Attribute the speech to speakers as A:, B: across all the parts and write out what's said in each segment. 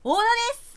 A: 大野です。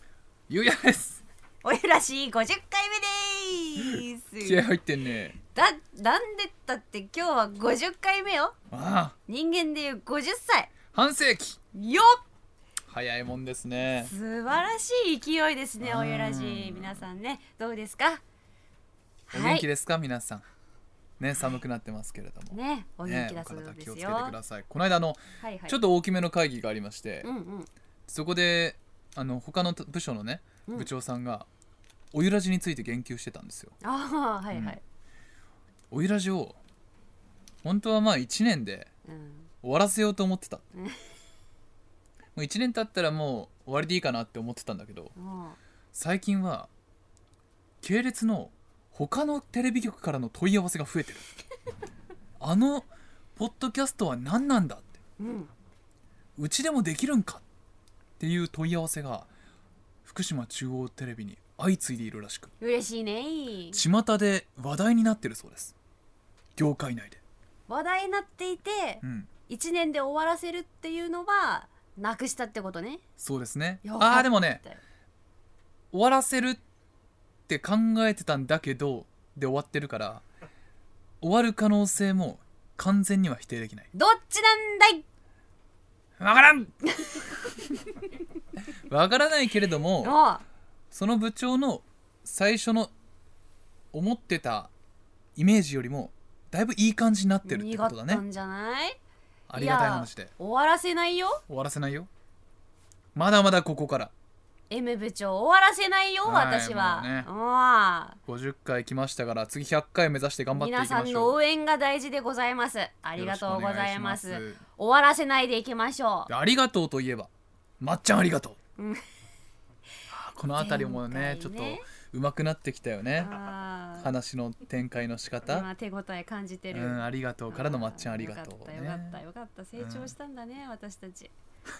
B: ゆうやです。
A: おゆらし50回目です。
B: 気合入ってんね。
A: なんでったって今日は50回目よ。
B: ああ、
A: 人間でいう50歳。
B: 半世紀。
A: よっ、
B: 早いもんですね。
A: 素晴らしい勢いですね。おゆらし皆さんね、どうですか。
B: お元気ですか、皆さんね。寒くなってますけれども
A: ね、お元気だそうですよ。
B: お体気をつけてください。この間
A: はいはい、
B: ちょっと大きめの会議がありまして、
A: うんうん、
B: そこで他の部署のね、部長さんがおゆらじについて言及してたんですよ。
A: ああ、はいはい、
B: おゆらじを本当はまあ1年で終わらせようと思ってた、もう1年経ったらもう終わりでいいかなって思ってたんだけど、最近は系列の他のテレビ局からの問い合わせが増えてるポッドキャストは何なんだって、うちでもできるんかっていう問い合わせが福島中央テレビに相次いでいるらしく、
A: 嬉しいね。
B: 巷で話題になってるそうです。業界内で
A: 話題になっていて、1年で終わらせるっていうのはなくしたってことね。
B: そうですね。でもね、終わらせるって考えてたんだけどで終わってるから、終わる可能性も完全には否定できない。
A: どっちなんだい。
B: わからんわからないけれども、その部長の最初の思ってたイメージよりもだいぶいい感じになってるってことだね。
A: いいんじゃない。
B: ありがたい話で。
A: 終わらせないよ。
B: 終わらせないよ。まだまだここから
A: M 部長終わらせないよ、私は、
B: ね、50回来ましたから、次100回目指して頑張っていきましょう。
A: 皆さんの応援が大事でございます。ありがとうございます。終わらせないでいきましょう。
B: ありがとうといえばまっちゃんありがとう、このあたりもねちょっと上手くなってきたよね。話の展開の仕方、
A: 今手応え感じてる。
B: ありがとうからのまっちゃんありがとう、
A: よかった成長したんだね、私たち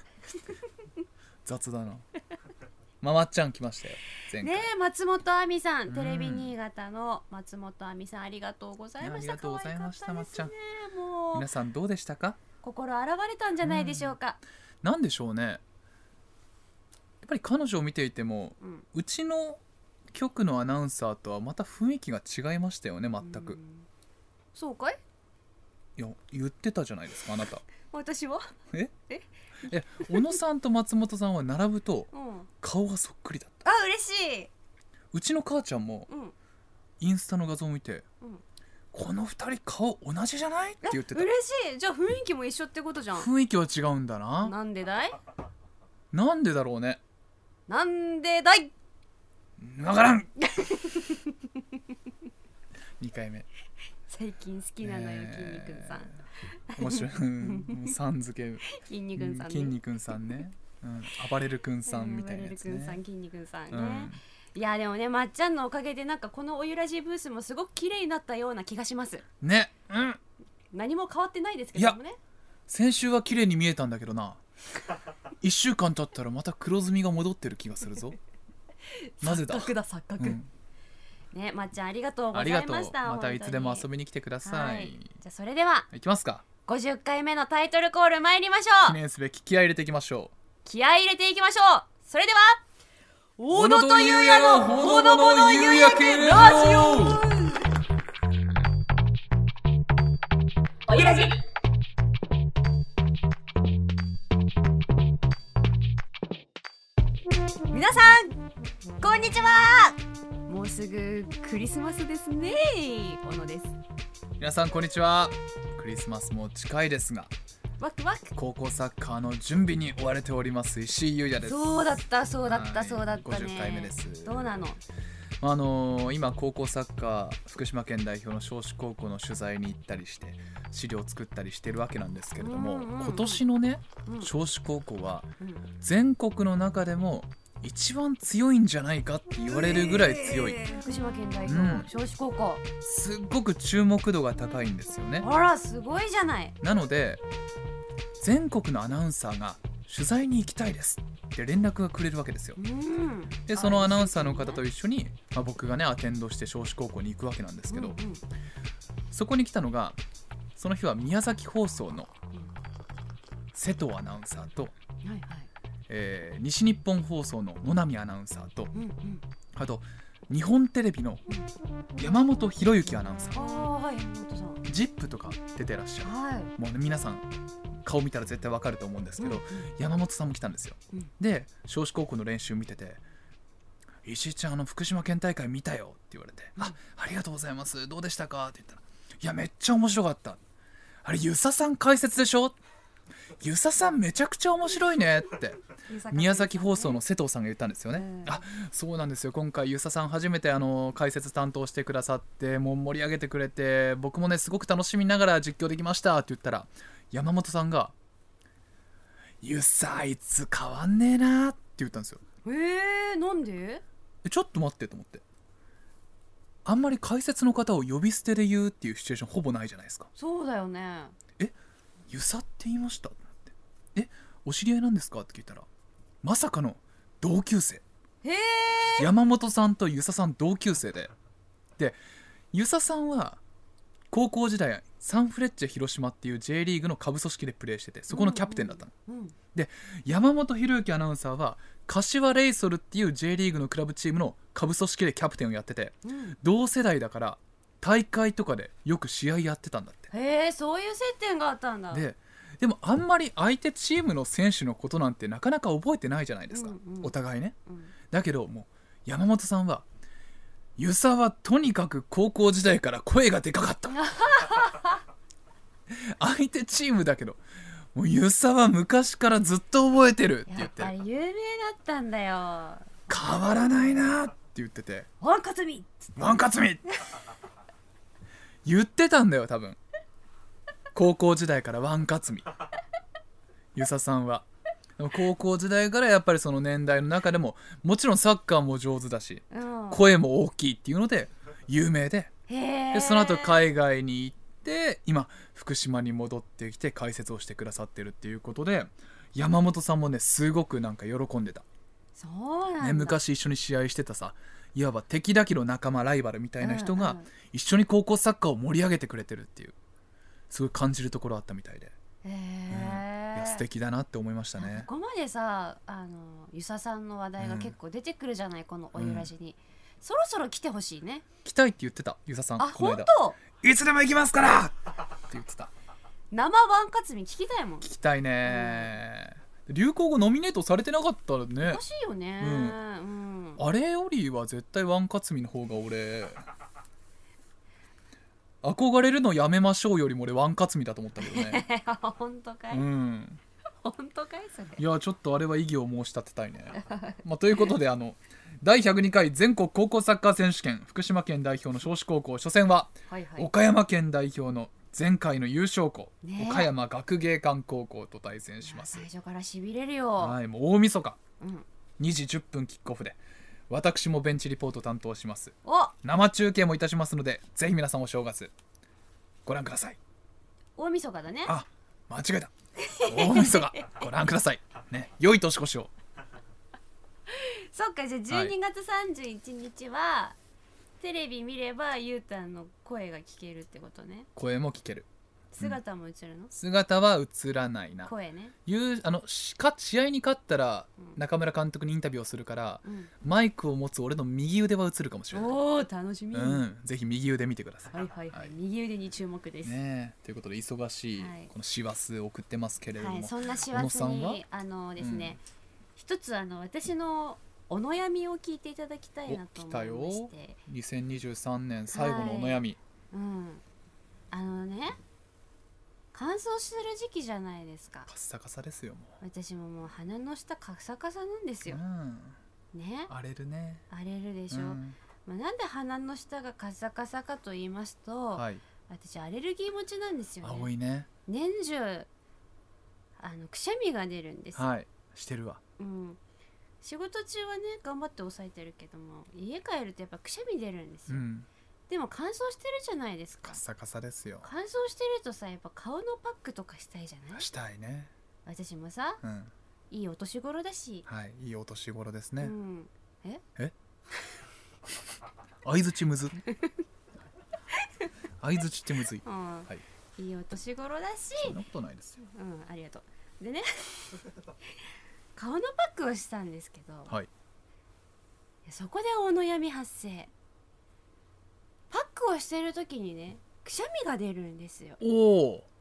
B: 雑だなまっちゃん来ましたよ前回
A: ね。松本亜美さん、テレビ新潟の松本亜美さん、ありがとうございました。
B: ありがとうございました、まっちゃん。
A: もう
B: 皆さんどうでしたか。
A: 心洗われたんじゃないでしょうか。
B: なんでしょうね、やっぱり彼女を見ていても、うちの局のアナウンサーとはまた雰囲気が違いましたよね、全く。
A: そうかい。
B: いや、言ってたじゃないですか、あなた。
A: 私は
B: 小野さんと松本さんは並ぶと顔がそっくりだった。
A: 嬉しい。
B: うちの母ちゃんもインスタの画像を見て、この2人顔同じじゃないって言ってた。
A: 嬉しい。じゃあ雰囲気も一緒ってことじゃん。
B: 雰囲気は違うんだな。
A: なんでだい。
B: なんでだろうね。
A: なんでだい。
B: わからん2回目。
A: 最近好きなのよ、筋肉さん。
B: 面白いさん付け
A: 筋肉さんね。
B: 筋肉さんね、暴れるくんさんみたいなやつね。
A: 筋肉さんね。いやでもね、まっちゃんのおかげでなんかこのおゆらじブースもすごく綺麗になったような気がします
B: ね。
A: 何も変わってないですけどもね。
B: 先週は綺麗に見えたんだけどな1週間経ったらまた黒ずみが戻ってる気がするぞなぜだ。
A: 錯覚ね。まっちゃんありがとうございました。
B: またいつでも遊びに来てください。
A: じゃあそれでは
B: 行きますか。
A: 50回目のタイトルコール参りましょう。
B: 記念すべき気合い入れていきましょう。
A: 気合い入れていきましょう。それでは大野とゆうやのほのぼの夕焼けラジオ。おゆらじ。皆さんこんにちは。もうすぐクリスマスですね。小野です。
B: 皆さんこんにちは。クリスマスも近いですが、
A: ワクワク。
B: 高校サッカーの準備に追われております石井優也です。
A: そうだったね。
B: 50回目です。
A: どうなの。
B: 今高校サッカー福島県代表の尚志高校の取材に行ったりして資料を作ったりしてるわけなんですけれども、今年のね尚志高校は全国の中でも一番強いんじゃないかって言われるぐらい強い。
A: 福島県代表、尚志高校
B: すっごく注目度が高いんですよね。
A: あらすごいじゃない。
B: なので全国のアナウンサーが取材に行きたいですって連絡がくれるわけですよ。でそのアナウンサーの方と一緒に、僕がねアテンドして尚志高校に行くわけなんですけど、そこに来たのがその日は宮崎放送の瀬戸アナウンサーと、 西日本放送の野波アナウンサーと、
A: うんうん、
B: あと日本テレビの山本博之アナウンサー、
A: はい、山本さん、
B: ZIP とか出てらっしゃる、
A: はい、
B: もうね、皆さん顔見たら絶対わかると思うんですけど、山本さんも来たんですよ、で少子高校の練習見てて、石井ちゃん福島県大会見たよって言われて、ありがとうございます、どうでしたかって言ったら、いやめっちゃ面白かった、あれ遊佐さん解説でしょ、遊佐さんめちゃくちゃ面白いねって宮崎放送の瀬藤さんが言ったんですよね、そうなんですよ、今回遊佐さん初めて解説担当してくださって、もう盛り上げてくれて、僕もねすごく楽しみながら実況できましたって言ったら、山本さんが遊佐あいつ変わんねえなって言ったんですよ。
A: なんで？
B: ちょっと待ってと思って、あんまり解説の方を呼び捨てで言うっていうシチュエーションほぼないじゃないですか。
A: そうだよね。
B: 遊佐って言いましたって、お知り合いなんですかって聞いたら、まさかの同級生。山本さんと遊佐さん同級生で、遊佐さんは高校時代サンフレッチェ広島っていう J リーグの下部組織でプレーしてて、そこのキャプテンだったの、で山本博之アナウンサーは柏レイソルっていう J リーグのクラブチームの下部組織でキャプテンをやってて、同世代だから大会とかでよく試合やってたんだって。
A: そういう接点があったんだ。
B: でもあんまり相手チームの選手のことなんてなかなか覚えてないじゃないですか、お互いね、だけどもう山本さんは、遊佐はとにかく高校時代から声がでかかった相手チームだけどもう遊佐は昔からずっと覚えてるって言って、
A: やっぱり有名だったんだよ、
B: 変わらないなって言ってて、
A: ワンカツミ
B: 言ってたんだよ多分、高校時代からワンカツミ遊佐さんは。でも高校時代からやっぱりその年代の中でももちろんサッカーも上手だし、声も大きいっていうので有名で、その後海外に行って今福島に戻ってきて解説をしてくださってるっていうことで、山本さんもねすごくなんか喜んでた。
A: そうなんだ、
B: 昔一緒に試合してたさ、いわば敵だけど仲間ライバルみたいな人が一緒に高校サッカーを盛り上げてくれてるっていう、すごい感じるところあったみたいで、いや素敵だなって思いましたね。
A: ここまでさ、遊佐さんの話題が結構出てくるじゃない、このおゆらじに、そろそろ来てほしいね。
B: 来たいって言ってた遊佐さん。この間
A: 本
B: 当いつでも行きますからって言ってた。
A: 生ワンカツミ聞きたいもん。
B: 聞きたいね、流行語ノミネートされてなかったらね、
A: おかしいよね、
B: あれよりは絶対ワンカツミの方が俺憧れるのやめましょうよりも俺ワンカツミだと思ったけどね
A: 本当かい、
B: 本
A: 当かいそれ。
B: いやちょっとあれは異議を申し立てたいねということで第102回全国高校サッカー選手権福島県代表の少子高校初戦は、岡山県代表の前回の優勝校、岡山学芸館高校と対戦します。
A: 最初からしびれるよ。
B: もう大晦日、2時10分キックオフで私もベンチリポート担当します。生中継もいたしますので、ぜひ皆さんお正月ご覧ください。
A: 大晦日だね。
B: 間違えた大晦日ご覧くださいね。良い年越しを
A: そっか、じゃあ12月31日は、テレビ見ればゆうたんの声が聞けるってことね。
B: 声も聞ける。
A: 姿も映るの？
B: 姿は映らないな。
A: 声ね。
B: 試合に勝ったら中村監督にインタビューをするから、マイクを持つ俺の右腕は映るかもしれない。
A: 楽しみ。
B: ぜひ右腕見てください。
A: 右腕に注目です。
B: ということで忙しいこの師走を送ってますけれども、
A: そんな師走にですね、一つ私のお悩みを聞いていただきたいなと思いまして。
B: 2023年最後のお悩み。
A: 乾燥する時期じゃないですか。
B: カッサカサですよ。もう
A: 私ももう鼻の下カサカサなんですよ、荒れるね。荒れるでしょ、なんで鼻の下がカサカサかと言いますと、私アレルギー持ちなんですよね。
B: 多いね。
A: 年中くしゃみが出るんですよ。
B: してるわ。
A: 仕事中はね頑張って抑えてるけども、家帰るとやっぱくしゃみ出るんですよ、でも乾燥してるじゃないですか。
B: カッサカサですよ。
A: 乾燥してるとさ、やっぱ顔のパックとかしたいじゃない。
B: したいね。
A: 私もさ、いいお年頃だし。
B: いいお年頃ですね。相づちむず相づちってむずい。
A: いいお年頃だし。
B: そんなことないですよ。
A: ありがとう。でね顔のパックをしたんですけど、
B: はい、
A: そこでお悩み発生。パックをしてる時にね、くしゃみが出るんですよ。
B: おお。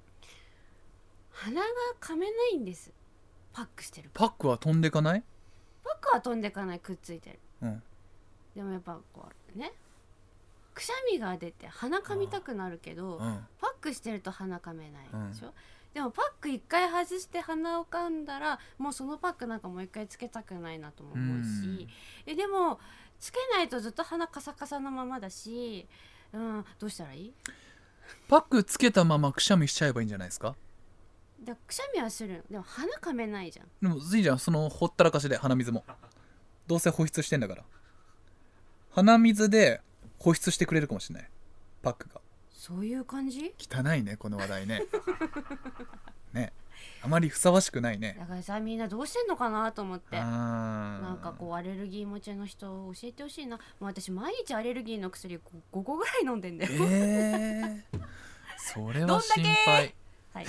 A: 鼻が噛めないんです。パックしてる。
B: パックは飛んでかない？
A: パックは飛んでかない、くっついてる。
B: うん、
A: でもやっぱこうね、くしゃみが出て鼻噛みたくなるけど、パックしてると鼻噛めないでしょ。でもパック一回外して鼻を噛んだら、もうそのパックなんかもう一回つけたくないなとも思うし、でもつけないとずっと鼻カサカサのままだし、どうしたらいい？
B: パックつけたままくしゃみしちゃえばいいんじゃないですか？
A: くしゃみはする。でも鼻噛めないじゃん。
B: でもいいじゃん、そのほったらかしで鼻水も。どうせ保湿してんだから。鼻水で保湿してくれるかもしれない、パックが。
A: そういう感じ？
B: 汚いねこの話題ね。ね、あまりふさわしくないね。
A: だからさ、みんなどうしてんのかなと思って。なんかこうアレルギー持ちの人教えてほしいな。もう私毎日アレルギーの薬 5個ぐらい飲んでんだよ。
B: それは心配。
A: はい。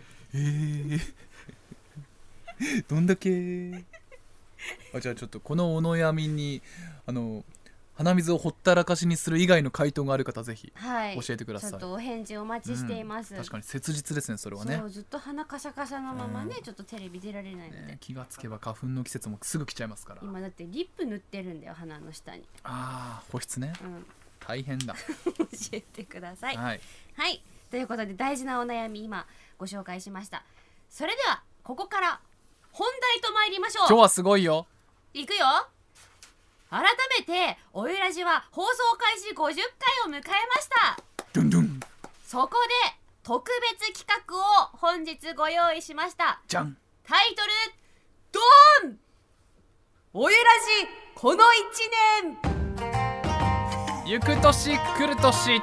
B: どんだけじゃあちょっとこのお悩みに鼻水をほったらかしにする以外の回答がある方、ぜひ教えてください。
A: ちょっとお返事お待ちしています。
B: 確かに切実ですね、それはね。
A: そう、ずっと鼻カサカサのままね、ちょっとテレビ出られないので、
B: 気がつけば花粉の季節もすぐ来ちゃいますから。
A: 今だってリップ塗ってるんだよ、鼻の下に。
B: 保湿ね、大変だ。
A: 教えてください。はい、ということで大事なお悩み今ご紹介しました。それではここから本題と参りましょう。
B: 今日はすごいよ。
A: いくよ。改めておゆらじは放送開始50回を迎えました。
B: ドゥンドゥン。
A: そこで特別企画を本日ご用意しました。
B: じゃん。
A: タイトルドーン、おゆらじこの1
B: 年、行く年来る年。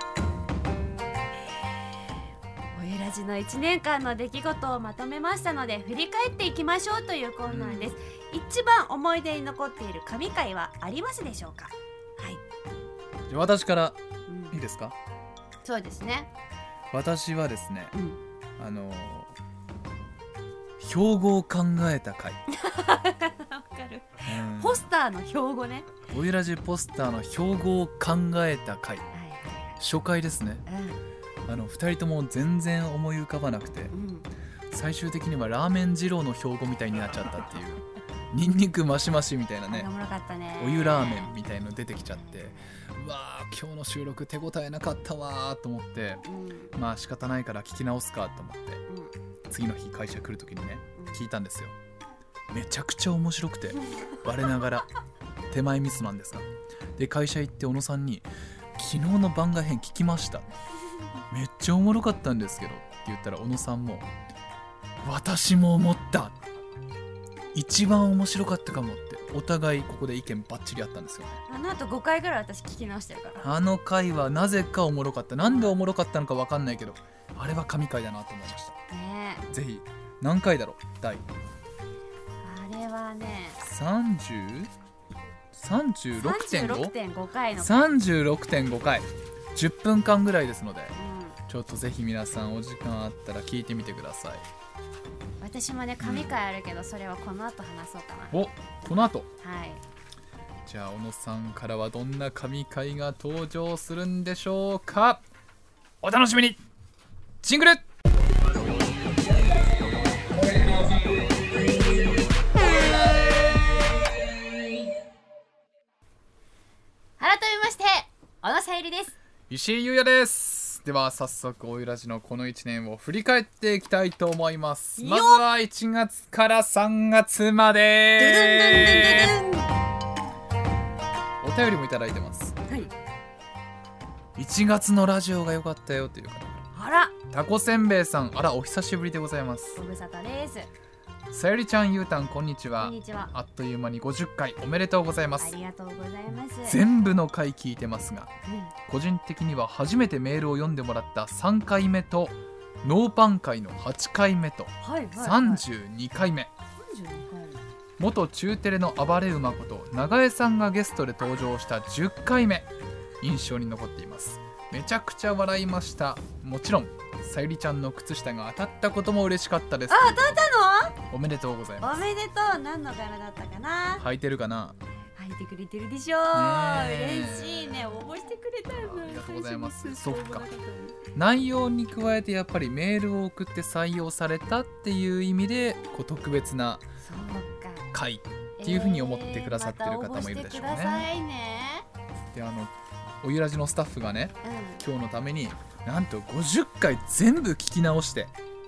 A: おゆらじの1年間の出来事をまとめましたので振り返っていきましょうというコーナーです。一番思い出に残っている神回はありますでしょうか？はい。
B: じゃあ私からいいですか？
A: そうですね。
B: 私はですね、標語を考えた回。
A: わかる。ポスターの標語ね。
B: おゆらじポスターの標語を考えた回、初回ですね。2人とも全然思い浮かばなくて、最終的にはラーメン二郎の標語みたいになっちゃったっていう。ニンニクマシマシみたいなね、お湯ラーメンみたいの出てきちゃって、うわー今日の収録手応えなかったわーと思って、まあ仕方ないから聞き直すかと思って、次の日会社来る時にね聞いたんですよ。めちゃくちゃ面白くて、我ながら手前ミスなんですが、で会社行って小野さんに昨日の番外編聞きました、めっちゃおもろかったんですけどって言ったら、小野さんも私も思った、一番面白かったかもって、お互いここで意見バッチリあったんですよね。
A: あの後5回ぐらい私聞き直してるから。
B: あの回はなぜかおもろかった。なんでおもろかったのか分かんないけど、あれは神回だなと思いましたね。ぜひ何回だろう、第
A: あれはね
B: 36.5
A: 回の
B: 36.5 回、10分間ぐらいですので、ちょっとぜひ皆さんお時間あったら聞いてみてください。
A: 私もね神回あるけど、それはこの後話そうかな。
B: お、この後。
A: はい。
B: じゃあ小野さんからはどんな神回が登場するんでしょうか。お楽しみに。ジングル。改
A: めまして小野さゆりです。
B: 石井優也です。では早速おゆらじのこの1年を振り返っていきたいと思います。まずは1月から3月までお便りもいただいてます。1月のラジオが良かったよという方、
A: あら、
B: タコせんべいさん、あらお久しぶりでございます。
A: ご無沙汰です。
B: さゆりちゃん、ゆうたん、こんにちは。
A: こんにちは。
B: あっという間に50回おめでとうございます。
A: ありがとうございます。
B: 全部の回聞いてますが、個人的には初めてメールを読んでもらった3回目とノーパン回の8回目と32回目、元中テレの暴れ馬こと長江さんがゲストで登場した10回目、印象に残っています。めちゃくちゃ笑いました。もちろんさゆりちゃんの靴下が当たったことも嬉しかったです。
A: 当たった
B: の？おめでとうございます。
A: おめでとう。何の柄だったかな。
B: 履いてるかな。
A: 履いてくれてるでしょう。嬉しいね。応募してくれたの。
B: ありがとうございます。そっか。内容に加えてやっぱりメールを送って採用されたっていう意味でこう特別な回っていうふうに思ってくださってる方もいるでしょうね。でおゆらじのスタッフがね、今日のためになんと50回全部聞き直して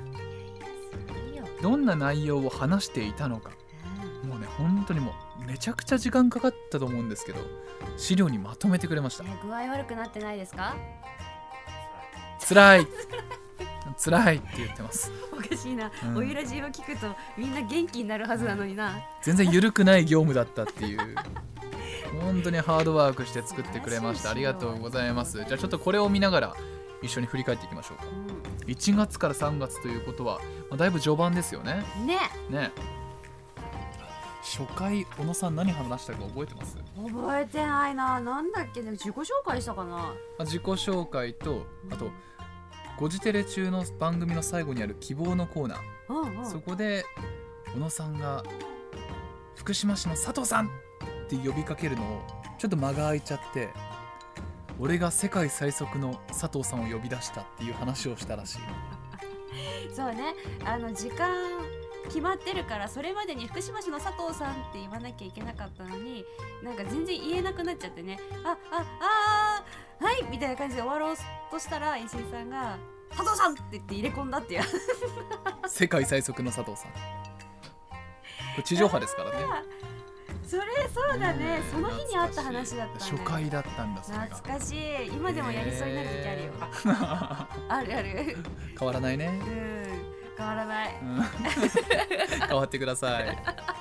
B: どんな内容を話していたのか、もうね本当にもうめちゃくちゃ時間かかったと思うんですけど資料にまとめてくれました。
A: 具合悪くなってないですか？
B: 辛い辛いって言ってます。
A: おかしいな、おゆらじを聞くとみんな元気になるはずなのにな。
B: 全然緩くない業務だったっていう本当にハードワークして作ってくれました。ありがとうございます。じゃあちょっとこれを見ながら一緒に振り返っていきましょうか。1月から3月ということは、だいぶ序盤ですよね。ね。初回小野さん何話したか覚えてます？
A: 覚えてないな。なんだっけ、自己紹介したかな。
B: 自己紹介とあとゴジテレ中の番組の最後にある希望のコーナー、そこで小野さんが福島市の佐藤さんって呼びかけるのをちょっと間が空いちゃって、俺が世界最速の佐藤さんを呼び出したっていう話をしたらしい。
A: そうね、時間決まってるからそれまでに福島市の佐藤さんって言わなきゃいけなかったのに、なんか全然言えなくなっちゃってね、はいみたいな感じで終わろうとしたら石井さんが佐藤さんって言って入れ込んだっていう
B: 世界最速の佐藤さん、これ地上波ですからね。
A: それそうだね、その日にあった話だったね。
B: 初回だったんだ。それが
A: 懐かしい。今でもやりそうになる時あるよ。あるある。
B: 変わらないね。
A: 変わらない。
B: 変わってください。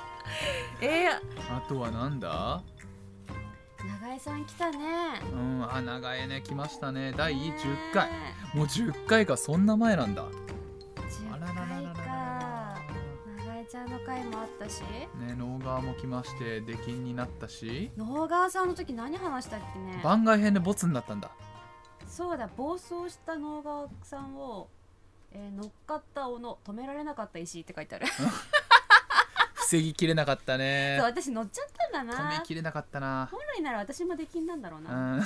B: あとはなんだ？
A: 長江さん来たね。
B: 長江ね来ましたね。第10回。もう10回か、そんな前なんだ。
A: 10回か。長江ちゃんの回もあったし。
B: ね、能川も来まして出禁になったし。
A: 能川さんの時何話したっけね。
B: 番外編でボツになったんだ。
A: そうだ、暴走した能川さんを乗っかった小野、止められなかった石って書いてある。
B: 防ぎきれなかったね。
A: そう、私乗っちゃったんだな。
B: 止めきれなかったな。
A: 本来なら私も出禁なんだろうな。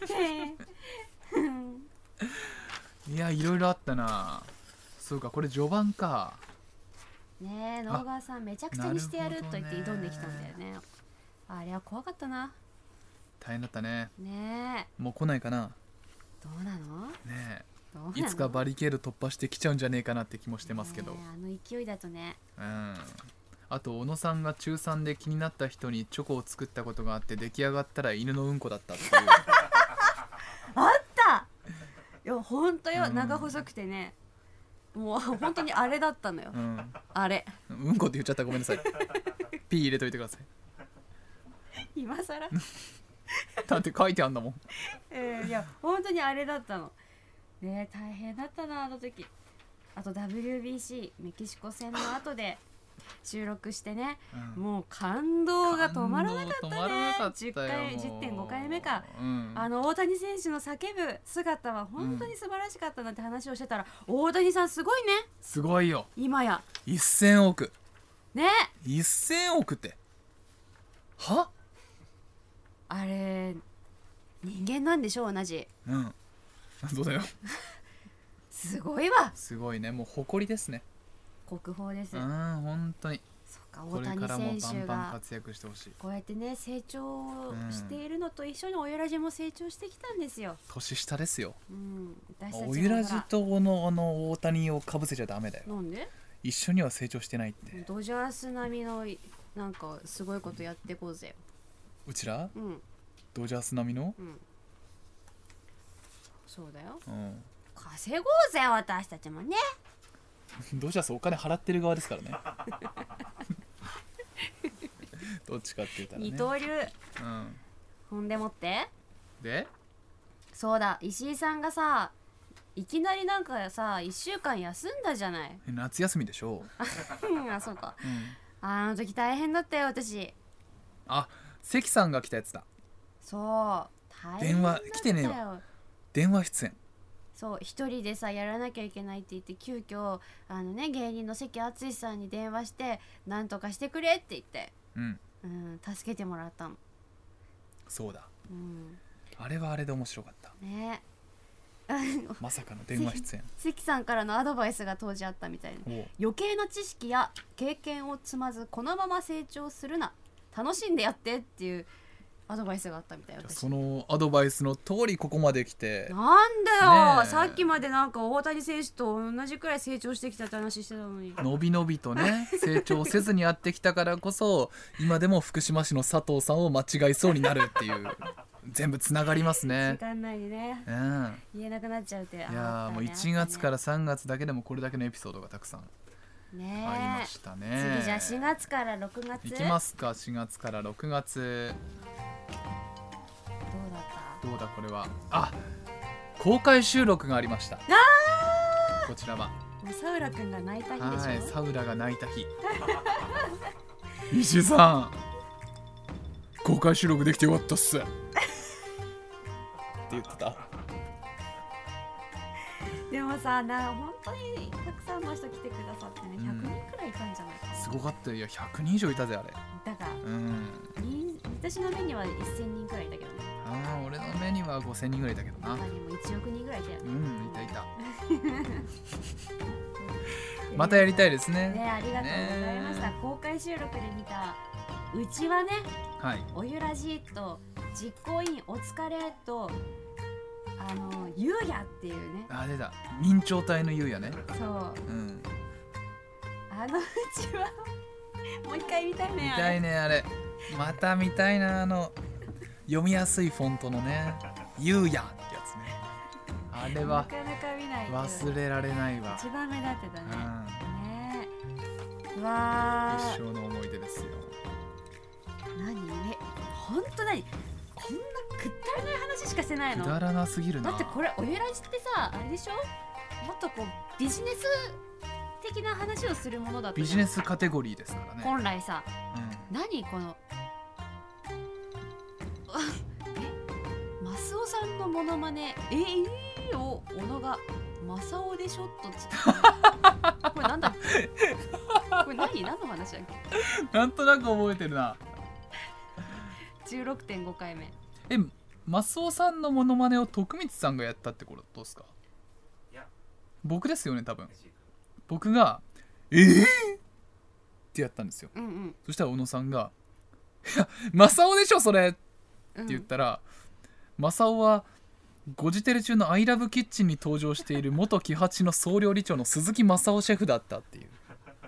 B: いや、いろいろあったな。そうか、これ序盤か。
A: ねえ、能川さんめちゃくちゃにしてやると言って挑んできたんだよね。あれは怖かったな。
B: 大変だったね。
A: ねえ、
B: もう来ないかな。
A: どうなの？
B: ねえ、いつかバリケード突破してきちゃうんじゃねえかなって気もしてますけど、
A: あの勢いだとね。
B: あと小野さんが中3で気になった人にチョコを作ったことがあって、出来上がったら犬のうんこだったっていう
A: あった。いやほんとよ、長細くてね、もう本当にあれだったのよ。あれ
B: うんこって言っちゃったらごめんなさい。ピー入れといてください。
A: 今更
B: だって書いてあんだも
A: ん。いや本当にあれだったのね。大変だったな、あの時。あと WBC メキシコ戦の後で収録してね、もう感動が止まらなかったね。10.5回目か、大谷選手の叫ぶ姿は本当に素晴らしかったなって話をしてたら、大谷さんすごいね。
B: すごいよ。
A: 今や
B: 1000億
A: ね。
B: 1000億っては
A: あれ人間なんでしょう、同じ。
B: そうだよ。
A: すごいわ。
B: すごいね、もう誇りですね。
A: 国宝です。
B: 本当に。
A: そうか、大谷選手が
B: 活躍してほしい。
A: こうやってね成長しているのと一緒におゆらじも成長してきたんですよ。
B: 年下ですよ。
A: お
B: ゆらじと大谷をかぶせちゃダメだよ。
A: なんで？
B: 一緒には成長してないって。
A: ドジャース並みのなんかすごいことやっていこうぜ。
B: うちら？ドジャース並みの？
A: そうだよ。稼ごうぜ、私たちもね。
B: ドジャースお金払ってる側ですからね。どっちかって言ったらね。
A: 二刀流。ほんでもって
B: で、
A: そうだ、石井さんがさ、いきなりなんかさ1週間休んだじゃない。
B: 夏休みでしょ。
A: あ、そうか。あの時大変だったよ、私。
B: 関さんが来たやつだ。
A: そう、大変だったよ。
B: 電話来てねえわ。電話出演。
A: そう一人でさやらなきゃいけないって言って急遽芸人の関敦さんに電話してなんとかしてくれって言って、助けてもらったの。
B: そうだ、あれはあれで面白かった
A: ね。
B: まさかの電話出演。
A: 関さんからのアドバイスが当時あったみたいな。余計な知識や経験を積まずこのまま成長するな、楽しんでやってっていうアドバイスがあったみたい。
B: そのアドバイスの通りここまで来て、
A: なんだよ、さっきまでなんか大谷選手と同じくらい成長してきたって話してたのに、
B: のびのびとね成長せずにやってきたからこそ今でも福島市の佐藤さんを間違いそうになるっていう全部つながりますね。
A: 時間内にね、言えなくなっちゃうって。い
B: やもう1月から3月だけでもこれだけのエピソードがたくさんありましたね。
A: 次じゃあ4月から6月
B: いきますか。4月から6月どうだこれは。公開収録がありました。こちらは
A: サウラくんが泣いた日でしょ。はい、
B: サウラが泣いた日石井さん公開収録できてよかったっすって言ってた。
A: でもさ本当にたくさんの人来てくださってね、100人くらいいたんじゃないかな。
B: すごかったよ。いや100人以上いたぜあれ。
A: だから、私の目には1000人くらいいたけどね。
B: 俺の目には5000人ぐらいいたけどな。
A: 他にも1億人ぐらいいたよね。
B: いたまたやりたいですね。
A: ありがとうございました。公開収録で見たうちはね、おゆらじと実行委員お疲れとゆうやっていうね。
B: 出た明朝体のゆうやね。
A: そう、うちはもう一回見たいね。
B: 見たいねあれ。また見たいな読みやすいフォントのねゆうやってやつね。あれは
A: なかなか見ない
B: 忘れられないわ。
A: 一番目立ってたね。
B: 一生の思い出ですよ。
A: ほんと何こんなくったらない話しかしてないの。
B: くだらなすぎるな。
A: だってこれおゆらじってさあれでしょ、もっとこうビジネス的な話をするものだった。
B: ビジネスカテゴリーですからね
A: 本来さ。何このマスオさんのモノマネを小野がマサオでしょっとつってこれなんだっけこれ何の話だっ
B: けなんとなく覚えてるな。
A: 16.5 回目。
B: マスオさんのモノマネを徳光さんがやったってことですか。僕ですよね多分。僕がってやったんですよ。そしたら小野さんがいやマサオでしょそれって言ったら、マサオはゴジテレ中のアイラブキッチンに登場している元キハチの総料理長の鈴木マサオシェフだったっていう。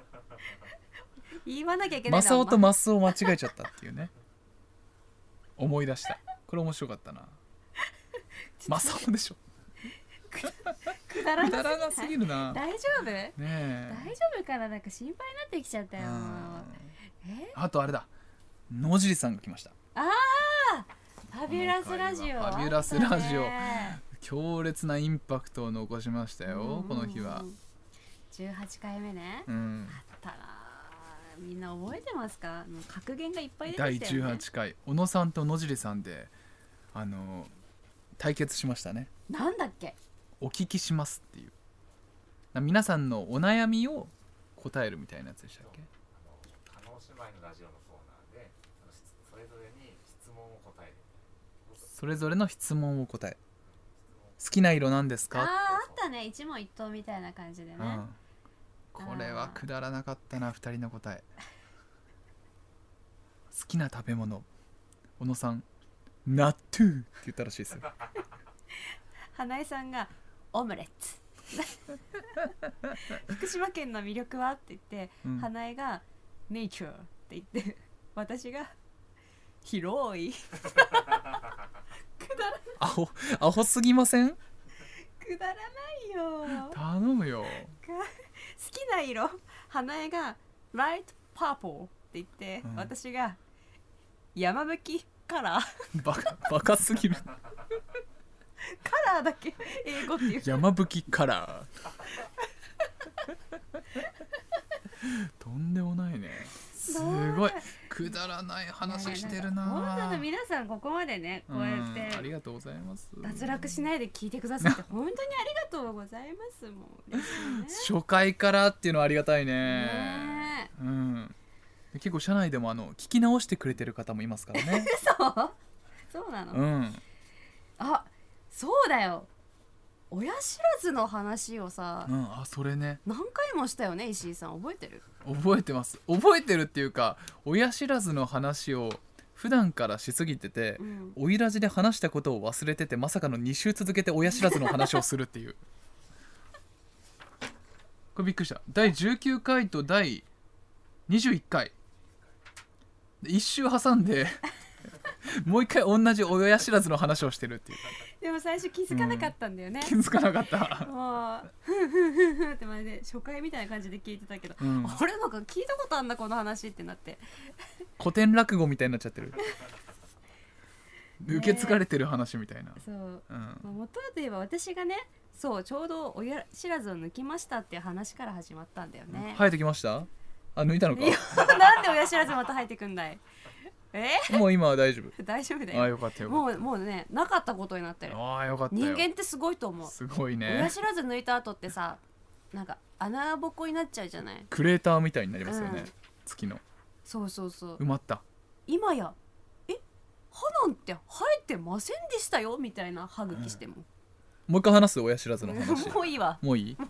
A: 言わなきゃいけない。
B: マサオとマスオを間違えちゃったっていうね。思い出した。これ面白かったな。マサオでしょ。
A: くだら
B: なすぎるな。
A: 大丈夫？ねえ。大丈夫かな。なんか心配になってきちゃったよ。
B: あとあれだ。野尻さんが来ました。
A: ファビュラスラジオ。
B: ファビュラスラジオ。強烈なインパクトを残しましたよ。この日は。
A: 18回目ね。あったな。みんな覚えてますか？格言がいっぱい出てきたよね。
B: 第18回小野さんと野尻さんで対決しましたね。
A: なんだっけ？
B: お聞きしますっていう。皆さんのお悩みを答えるみたいなやつでしたっけ？
C: 叶姉妹のラジオのコーナーでそれぞれに質問を答える。
B: それぞれの質問を答える。好きな色なんですか？
A: あったね。一問一答みたいな感じでね。
B: これはくだらなかったな。2人の答え。好きな食べ物。小野さん納豆って言ったらしいですよ。
A: 花江さんがオムレツ。福島県の魅力はって言って、花江がネイチャーって言って、私が広い。くだらない。
B: アホすぎません？
A: くだらないよ。
B: 頼むよ。
A: 好きな色。花江がライトパープルって言って、私が山吹カラー。
B: バカすぎる。
A: カラーだけ英語っていう。
B: 山吹カラー。 とんでもないね。すごいくだらない話してるな。
A: 本当の皆さんここまでねこうやって
B: ありがとうございます。
A: 脱落しないで聞いてくださって本当にありがとうございます。もう嬉しいね。
B: 初回からっていうのはありがたいね。うん。結構社内でも聞き直してくれてる方もいますからね。
A: そうなの。
B: うん。
A: あ、そうだよ。親知らずの話をさ、
B: あ、それね
A: 何回もしたよね。石井さん覚えてる？
B: 覚えてます。覚えてるっていうか、親知らずの話を普段からしすぎてて、おいらじで話したことを忘れてて、まさかの2週続けて親知らずの話をするっていうこれびっくりした。第19回と第21回1週挟んでもう一回同じ親知らずの話をしてるっていう。
A: でも最初気づかなかったんだよね。
B: 気づかなかった。
A: もうふんふんふんふんってまで初回みたいな感じで聞いてたけど、俺なんか聞いたことあんだこの話ってなって
B: 古典落語みたいになっちゃってる受け継がれてる話みたいな。
A: そう、元はといえば私がね、そうちょうど親知らずを抜きましたっていう話から始まったんだよね。
B: 生えてきました？抜いたのか。
A: なんで親知らずまた生えてくんだい。
B: もう今は大丈夫。
A: 大丈夫だよ。
B: よかったよかった。
A: もうね、なかったことになってる。
B: よかったよ。
A: 人間ってすごいと思う。
B: すごいね。
A: 親知らず抜いた後ってさ、なんか穴ぼこになっちゃうじゃない。
B: クレーターみたいになりますよね、月の。
A: そうそうそう。
B: 埋まった。
A: 今や歯なんて生えてませんでしたよみたいな歯茎しても、
B: もう一回話す親知らずの話。
A: もういいわ。
B: もういい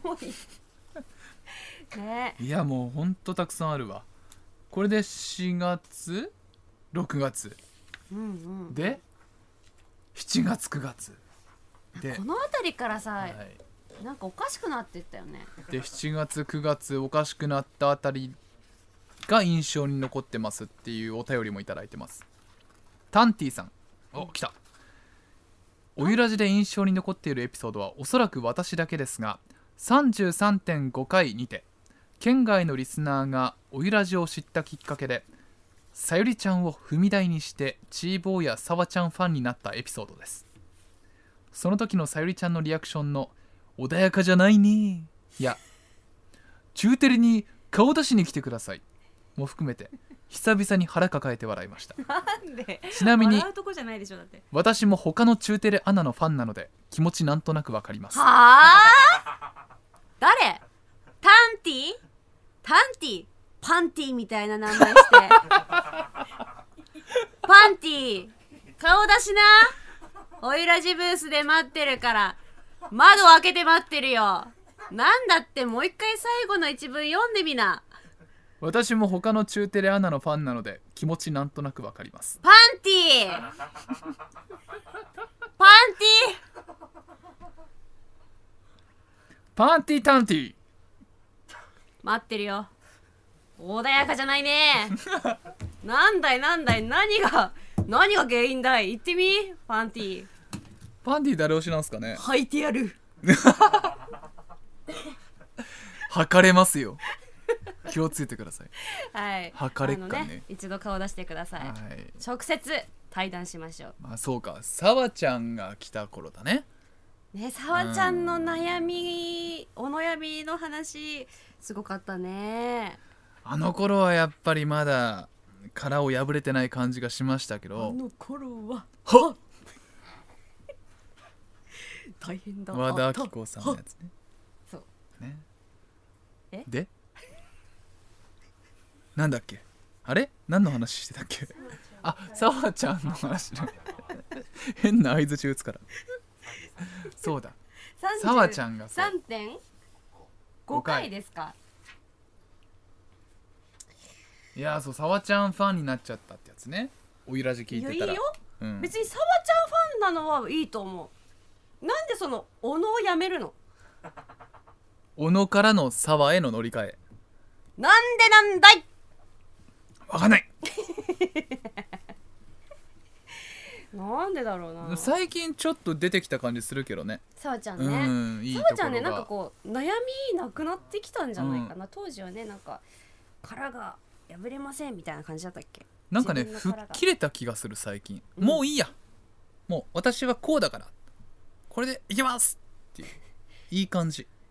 B: ね。いやもうほんとたくさんあるわ。これで4月6月、で7月9月で、
A: この辺りからさ、なんかおかしくなってったよね。
B: で7月9月おかしくなったあたりが印象に残ってますっていうお便りもいただいてます。タンティさん、来た。おゆらじで印象に残っているエピソードはおそらく私だけですが、 33.5 回にて県外のリスナーがおゆらじを知ったきっかけでさゆりちゃんを踏み台にしてチーボーやさわちゃんファンになったエピソードです。その時のさゆりちゃんのリアクションの穏やかじゃないねや中テレに顔出しに来てくださいも含めて久々に腹抱えて笑いました。
A: なんで？
B: ちなみに
A: 笑うとこじゃないでしょ、だって。
B: 私も他の中テレアナのファンなので気持ちなんとなくわかります。
A: はあ？誰？タンティ？タンティ？パンティみたいな名前してパンティ顔出しな。おいらじブースで待ってるから窓開けて待ってるよ。なんだってもう一回最後の一文読んでみな。
B: 私も他の中テレアナのファンなので気持ちなんとなくわかります。
A: パンティパンティ
B: パンティタンティ
A: 待ってるよ。穏やかじゃないね。なんだい何が原因だい。言ってみパンティ。
B: パンティ誰推しなんすかね。
A: 履いてやる。
B: 測れますよ。気をつけてください。
A: はい。
B: 測れっかね。
A: 一度顔出してください。直接対談しましょう。
B: まあそうか。さわちゃんが来た頃だね。
A: ね、さわちゃんのお悩みの話すごかったね。
B: あの頃はやっぱりまだ殻を破れてない感じがしましたけど。
A: あの頃は
B: はっ
A: 大変だ。
B: 和田アキ子さんのやつね。
A: そう
B: ね。でなんだっけ、あれ何の話してたっけ。あ、さわちゃんの話ね。変な相づち打つから。そうだ、さわちゃんが
A: 3.5 回ですか。
B: いや、そう、さわちゃんファンになっちゃったってやつね。おゆらじ聞いてたら。
A: いいよ、別にさわちゃんファンなのはいいと思う。なんでその小野をやめるの。
B: 小野からの沢への乗り換え。
A: なんでなんだい。
B: わかんない。
A: なんでだろうな。
B: 最近ちょっと出てきた感じするけどね。
A: さわちゃんね。さわちゃんね、なんかこう悩みなくなってきたんじゃないかな。当時はね、なんか殻が破れませんみたいな感じだったっけ。
B: なんかね、吹っ切れた気がする最近。もういいや。もう私はこうだから。これでいきますっていういい感じ。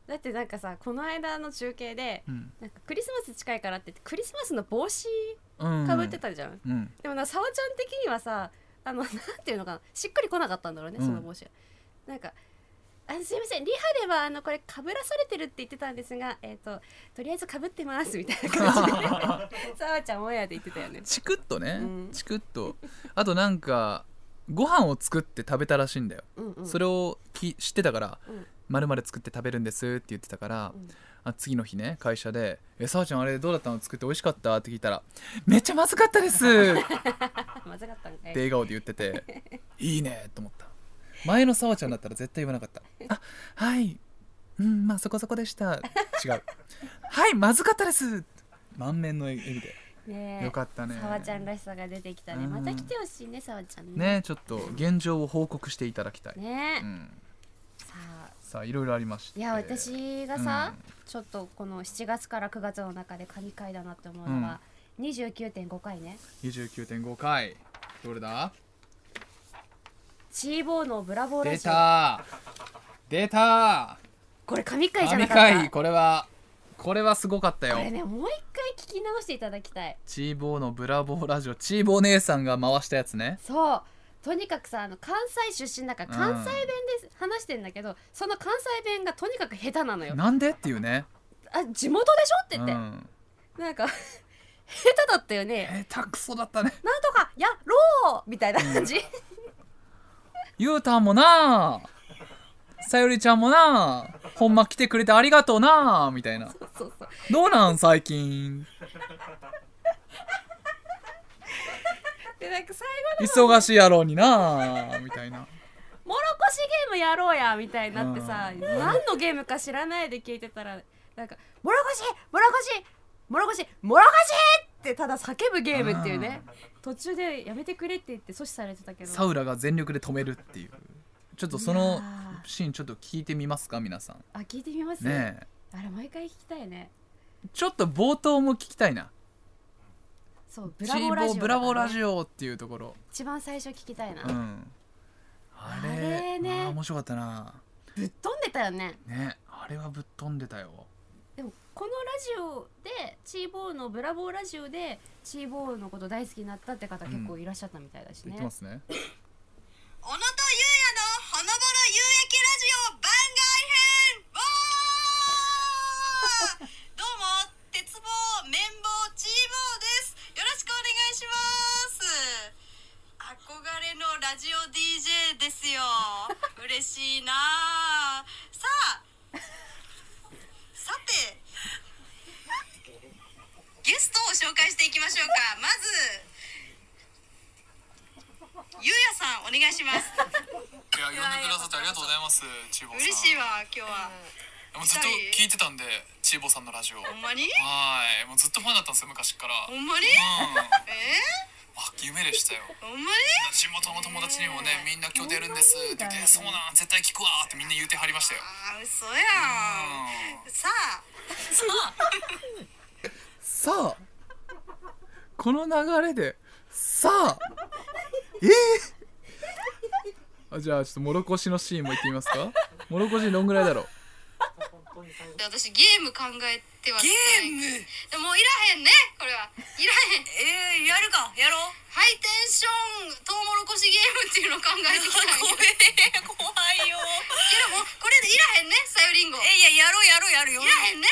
A: だってなんかさこの間の中継で、なんかクリスマス近いからって言ってクリスマスの帽子かぶってたじゃん、でもなさわちゃん的にはさなんていうのかなしっくりこなかったんだろうね、その帽子なんかすいませんリハではこれかぶらされてるって言ってたんですがとりあえずかぶってますみたいな感じでさわちゃんオンエアで言ってたよね。
B: チクッとね、チクッとあとなんかご飯を作って食べたらしいんだよ、それを知ってたから〇〇作って食べるんですって言ってたから、次の日ね会社でさわちゃんあれどうだったの作って美味しかったって聞いたらめっちゃまずかったです
A: まずかったんかい
B: って笑顔で言ってていいねと思った。前のさわちゃんだったら絶対言わなかった。あはいまあそこそこでした違うはいまずかったです満面の笑みでよかったね。
A: さわちゃんらしさが出てきたね。また来てほしいねさわちゃんね。
B: ねちょっと現状を報告していただきたい
A: ね、
B: さあいろいろありまして、
A: いや私がさ、ちょっとこの7月から9月の中で神回だなって思うのは、29.5 回ね。
B: 29.5 回どれだ？
A: チーボーのブラボーラジオ。
B: 出た
A: これ神回じゃなかった？
B: 神回これはすごかったよ。
A: これねもう一回聞き直していただきたい。
B: チーボーのブラボーラジオ、チーボー姉さんが回したやつね。
A: そうとにかくさ関西出身だから関西弁で話してんだけど、その関西弁がとにかく下手なのよ。
B: なんでっていうね。
A: 地元でしょって言って、なんか下手だったよね。
B: 下手くそだったね。
A: なんとかやろうみたいな感じ、
B: ゆうたんもなさゆりちゃんもなほんま来てくれてありがとうなみたいな。
A: そう
B: どうなん最近
A: でなんか最後の
B: 忙しいやろうになみたいな。
A: もろこしゲームやろうやみたいになってさ、何のゲームか知らないで聞いてたらなんかもろこしもろこしもろこしもろこしってただ叫ぶゲームっていうね、途中でやめてくれって言って阻止されてたけど
B: サウラが全力で止めるっていう。ちょっとそのシーンちょっと聞いてみますか皆さん。
A: 聞いてみます
B: ね。
A: あれもう一回聞きたいね。
B: ちょっと冒頭も聞きたいな。
A: そうブラボーラジオ、ね、
B: ブラボーラジオっていうところ
A: 一番最初聞きたいな、
B: あれね面白かったな。
A: ぶっ飛んでたよね。
B: あれはぶっ飛んでたよ。
A: でもこのラジオでチーボーのブラボーラジオでチーボーのこと大好きになったって方結構いらっしゃったみたいだしね、
B: 言ってますね。
D: 小野とゆうやのほのぼの有益ラジオ番外編わーどうも鉄棒綿棒チーボーです。よろしくお願いします。憧れのラジオ DJ ですよ。嬉しいな。さてゲストを紹介していきましょうか。まずゆうやさんお願いします。
B: いや呼んでくださってありがとうございます。チーボーさん
D: 嬉しいわ今日は、
B: もうずっと聞いてたんでチーボーさんのラジオ。
D: ほんまに？
B: はいもうずっとファンだったんですよ昔から。
D: ほんまに？
B: 夢でしたよ。
D: ほんまに？
B: 地元の友達にもねみんな今日出るんですって言ってそうなん絶対聞くわってみんな言うてはりましたよ。
D: 嘘やん。
B: さあこの流れでさあじゃあちょっともろこしのシーンもいってみますか。もろこしどんぐらいだろう。
D: 私ゲーム考えてはゲームでもいらへんね。これはいらへん。やるかやろう。ハイテンショントウモロコシゲームっていうのを考えてきたんよ。怖いよ。いやでもこれでいらへんねさゆりんご。いややろうよ。いらへんね。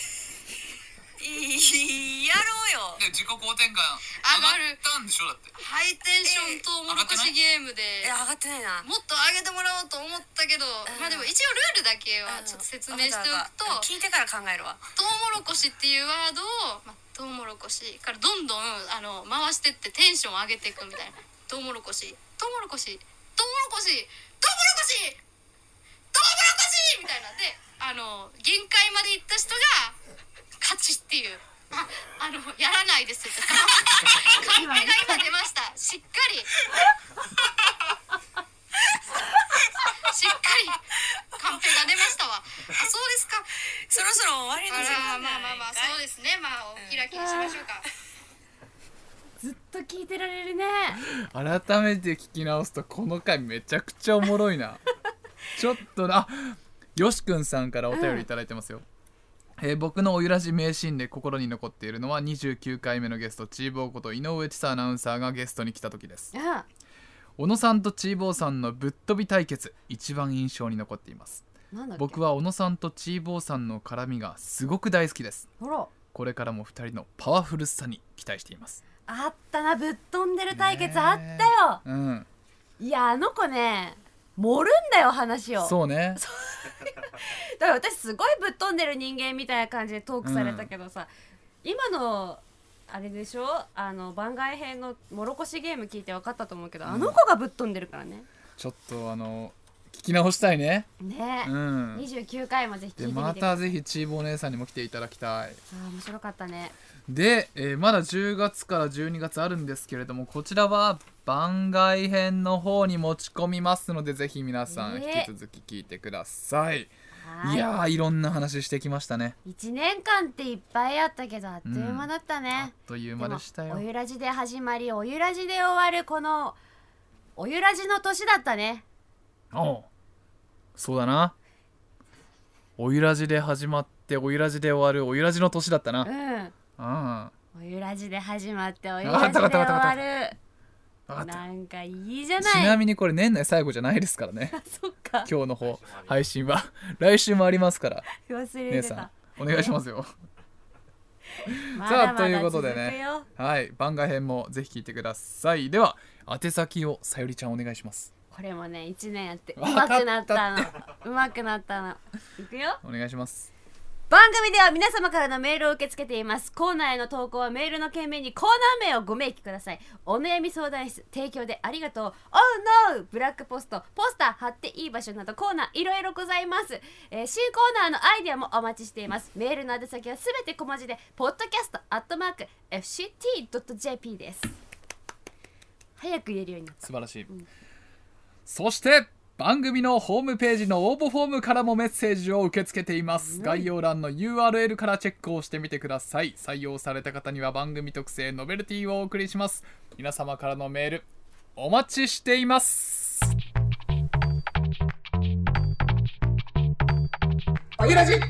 D: やろうよ。
B: で自己肯定感上がったんでしょだって。
D: ハイテンショントウモロコシゲームで
E: 上がってないな。
D: もっと上げてもらおうと思ったけど、まあでも一応ルールだけはちょっと説明しておくと、
E: 聞いてから考えるわ。
D: トウモロコシっていうワードを、トウモロコシからどんどん回してってテンション上げていくみたいな。トウモロコシトウモロコシトウモロコシトウモロコシトウモロコシみたいなんで限界までいった人が勝ちっていう。やらないですってカンペが今出ました。しっかりカンペが出ましたわ。そうですか。
E: そろそろ終わりの時間
D: まあそうですね。お開きにしましょうか。
A: ずっと聞いてられるね。
B: 改めて聞き直すとこの回めちゃくちゃおもろいな。ちょっとよしくんさんからお便りいただいてますよ、僕のおゆらじ名シーンで心に残っているのは29回目のゲストチーボーこと井上千沙アナウンサーがゲストに来た時です。小野さんとチーボーさんのぶっ飛び対決一番印象に残っています。僕は小野さんとチーボーさんの絡みがすごく大好きです。これからも2人のパワフルさに期待しています。
A: あったな、ぶっ飛んでる対決あったよ、うん、いやあの子ね盛るんだよ話を。
B: そうね
A: だから私すごいぶっ飛んでる人間みたいな感じでトークされたけどさ、今のあれでしょ、番外編のもろこしゲーム聞いて分かったと思うけど、あの子がぶっ飛んでるからね。
B: ちょっと聞き直したいね。
A: ね、29回もぜひ聞いてみてください。
B: またぜひチーボー姉さんにも来ていただきたい。
A: 面白かったね。
B: で、まだ10月から12月あるんですけれども、こちらは番外編の方に持ち込みますので、ぜひ皆さん引き続き聞いてください。いやー、いろんな話してきましたね。
A: 1年間っていっぱいあったけど、あっという間だったね、
B: あっという間でしたよ。
A: おゆらじで始まりおゆらじで終わる、このおゆらじの年だったね。
B: そうだな、おゆらじで始まっておゆらじで終わるおゆらじの年だったな。
A: おゆらじで始まっておゆらじで終わる、なんかいいじゃない。
B: ちなみにこれ年内最後じゃないですからね
A: そっか、
B: 今日の方配信は来週もありますから
A: 忘れてた。
B: 姉さんお願いしますよさあということでね、はい、番外編もぜひ聞いてください。では宛先をさゆりちゃんお願いします。
A: これもね1年やってうまくなったのうまくなったの。いくよ、
B: お願いします。
A: 番組では皆様からのメールを受け付けています。コーナーへの投稿はメールの件名にコーナー名をご明記ください。お悩み相談室、提供でありがとう、Oh no! ブラックポスト、ポスター貼っていい場所などコーナーいろいろございます。新コーナーのアイデアもお待ちしています。メールの宛先はすべて小文字で podcast@fct.jp です。早く言えるようになった。
B: 素晴らしい、そして番組のホームページの応募フォームからもメッセージを受け付けています。概要欄の URL からチェックをしてみてください。採用された方には番組特製ノベルティをお送りします。皆様からのメールお待ちしています。おゆらじ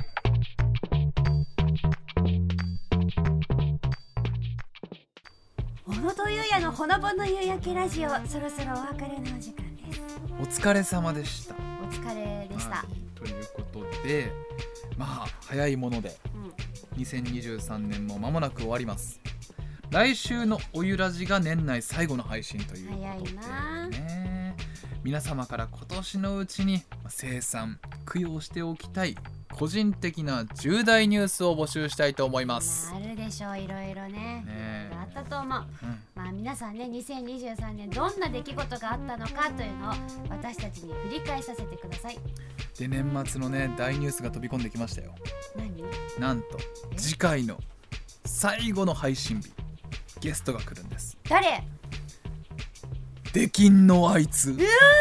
A: 小野とゆうやのほのぼの夕焼けラジオ、そろそろお別れのお時間です。
B: お疲れ様でした。
A: お疲れでした、
B: ということで、まあ早いもので、2023年も間もなく終わります。来週のおゆらじが年内最後の配信ということで、
A: 早いな、
B: 皆様から今年のうちに清算供養しておきたい個人的な重大ニュースを募集したいと思います。
A: あるでしょう、いろいろね、あったと思う、まあ皆さんね、2023年どんな出来事があったのかというのを私たちに振り返させてください。
B: で、年末のね大ニュースが飛び込んできましたよ。なんと次回の最後の配信日、ゲストが来るんです。
A: 誰？
B: 出禁のあいつ。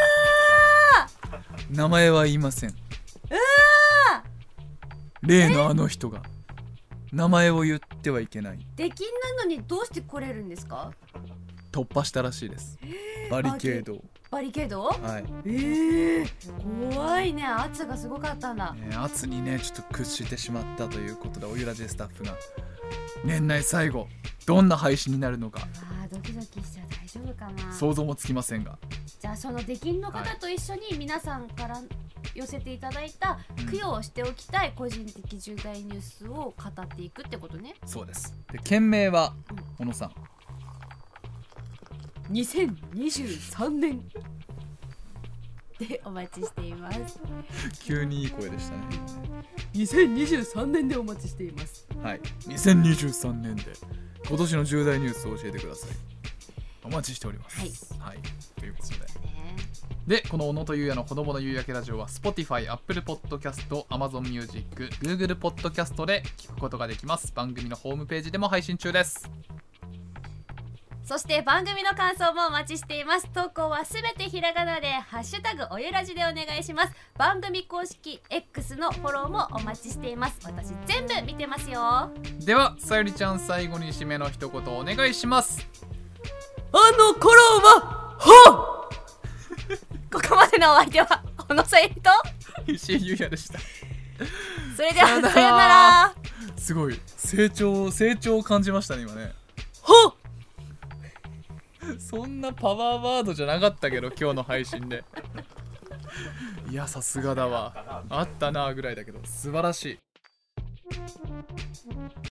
B: 名前は言いません。例のあの人が名前を言ってはいけない。
A: 出禁なのにどうして来れるんですか？
B: 突破したらしいです。バリケード。
A: バリケード？
B: はい。
A: 怖いね。圧がすごかったんだ。
B: 圧にねちょっと屈してしまったということで、おゆらじスタッフが年内最後どんな配信になるのか、
A: ドキドキしちゃ大丈夫かな。
B: 想像もつきませんが、
A: じゃあその出禁の方と一緒に皆さんから寄せていただいた供養をしておきたい個人的重大ニュースを語っていくってことね。
B: そうです。で、件名は小野さん、
A: 2023年でお待ちしています。
B: 急にいい声でしたね。
A: 2023年でお待ちしています。
B: はい、2023年で今年の重大ニュースを教えてください。お待ちしております。はい、ということで、この小野とゆうやのほのぼの夕焼けラジオは Spotify、Apple Podcast、Amazon Music、Google Podcast で聞くことができます。番組のホームページでも配信中です。
A: そして番組の感想もお待ちしています。投稿はすべてひらがなでハッシュタグおゆらじでお願いします。番組公式 X のフォローもお待ちしています。私全部見てますよ。
B: ではさゆりちゃん、最後に締めの一言お願いします。
A: あの頃はほここまでのお相手は小野さゆりと
B: 石井優也でした。
A: それではさよなら。
B: すごい成長を感じましたね今ね。
A: ほっ
B: そんなパワーワードじゃなかったけど今日の配信で。いやさすがだわ、あったなぐらいだけど素晴らしい。